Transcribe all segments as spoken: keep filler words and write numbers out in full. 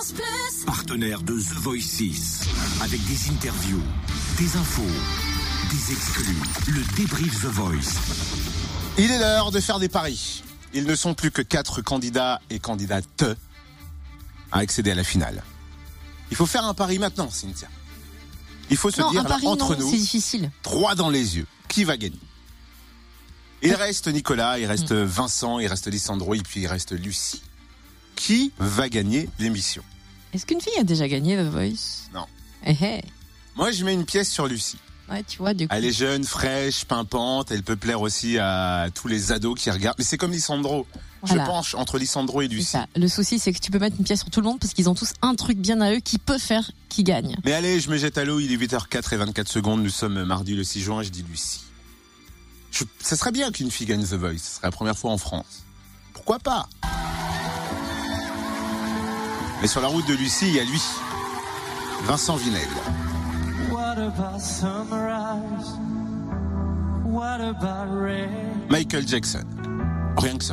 Fréquence Plus, partenaire de The Voice six, avec des interviews, des infos, des exclus, le débrief The Voice. Il est l'heure de faire des paris. Ils ne sont plus que quatre candidats et candidates à accéder à la finale. Il faut faire un pari maintenant, Cynthia. Il faut se non, dire un pari, là, entre non, nous, c'est difficile. droit dans les yeux, qui va gagner? Il reste Nicolas, il reste mmh. Vincent, il reste Lisandro et puis il reste Lucie. Qui va gagner l'émission? Est-ce qu'une fille a déjà gagné The Voice? Non. Eh hey. Moi, je mets une pièce sur Lucie. Ouais, tu vois, du coup. Elle est jeune, fraîche, pimpante, elle peut plaire aussi à tous les ados qui regardent. Mais c'est comme Lisandro. Voilà. Je penche entre Lisandro et Lucie. C'est ça. Le souci, c'est que tu peux mettre une pièce sur tout le monde parce qu'ils ont tous un truc bien à eux qui peut faire qu'ils gagnent. Mais allez, je me jette à l'eau, il est huit heures quatre et vingt-quatre secondes, nous sommes mardi le six juin, je dis Lucie. Je, ça serait bien qu'une fille gagne The Voice, ce serait la première fois en France. Pourquoi pas? Mais sur la route de Lucie, il y a lui, Vincent Vinel. Michael Jackson. Rien que ça.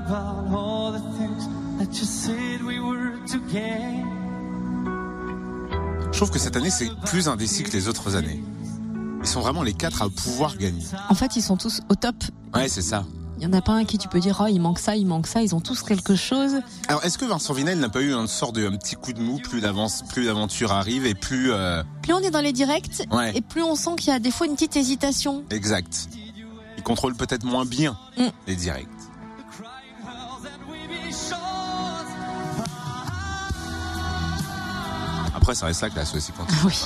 Je trouve que cette année, c'est plus indécis que les autres années. Ils sont vraiment les quatre à pouvoir gagner. En fait, ils sont tous au top. Ouais, c'est ça. Il n'y en a pas un qui tu peux dire, oh, il manque ça, il manque ça, ils ont tous quelque chose. Alors, est-ce que Vincent Vinel n'a pas eu une sorte de un petit coup de mou, plus d'avance, plus d'aventure arrive et plus... Euh... Plus on est dans les directs, ouais. Et plus on sent qu'il y a des fois une petite hésitation. Exact. Il contrôle peut-être moins bien mm. les directs. Après, ça reste là que la sauce continue. Ah oui.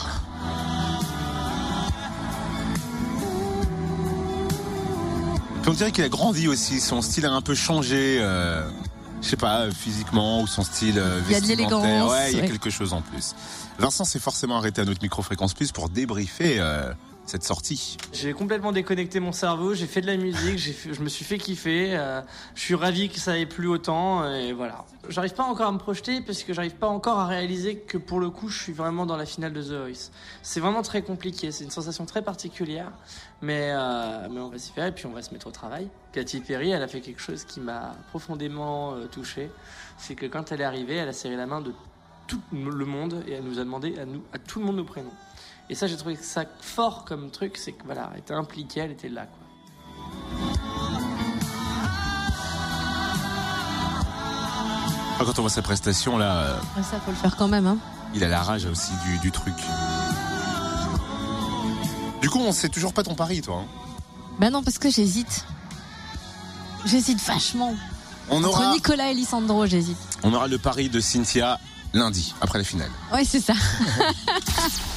Puis on dirait qu'il a grandi aussi, son style a un peu changé, euh, je sais pas, physiquement, ou son style euh, vestimentaire. Il y a de l'élégance. Ouais, il y a ouais. quelque chose en plus. Vincent s'est forcément arrêté à notre micro Fréquence Plus pour débriefer euh, cette sortie. J'ai complètement déconnecté mon cerveau, j'ai fait de la musique, j'ai fait, je me suis fait kiffer, euh, je suis ravi que ça ait plu autant, et voilà. J'arrive pas encore à me projeter parce que j'arrive pas encore à réaliser que pour le coup je suis vraiment dans la finale de The Voice. C'est vraiment très compliqué, c'est une sensation très particulière, mais, euh, mais on va s'y faire et puis on va se mettre au travail. Katy Perry, elle a fait quelque chose qui m'a profondément euh, touché, c'est que quand elle est arrivée, elle a serré la main de tout le monde et elle nous a demandé à, nous, à tout le monde nos prénoms. Et ça, j'ai trouvé ça fort comme truc, c'est que voilà, elle était impliquée, elle était là, quoi. Quand on voit sa prestation là, euh, ça faut le faire quand même, hein. Il a la rage aussi du, du truc. Du coup, on sait toujours pas ton pari, toi. Hein. Ben non, parce que j'hésite. J'hésite vachement. On Entre aura... Nicolas et Lisandro, j'hésite. On aura le pari de Cynthia lundi après la finale. Ouais, c'est ça.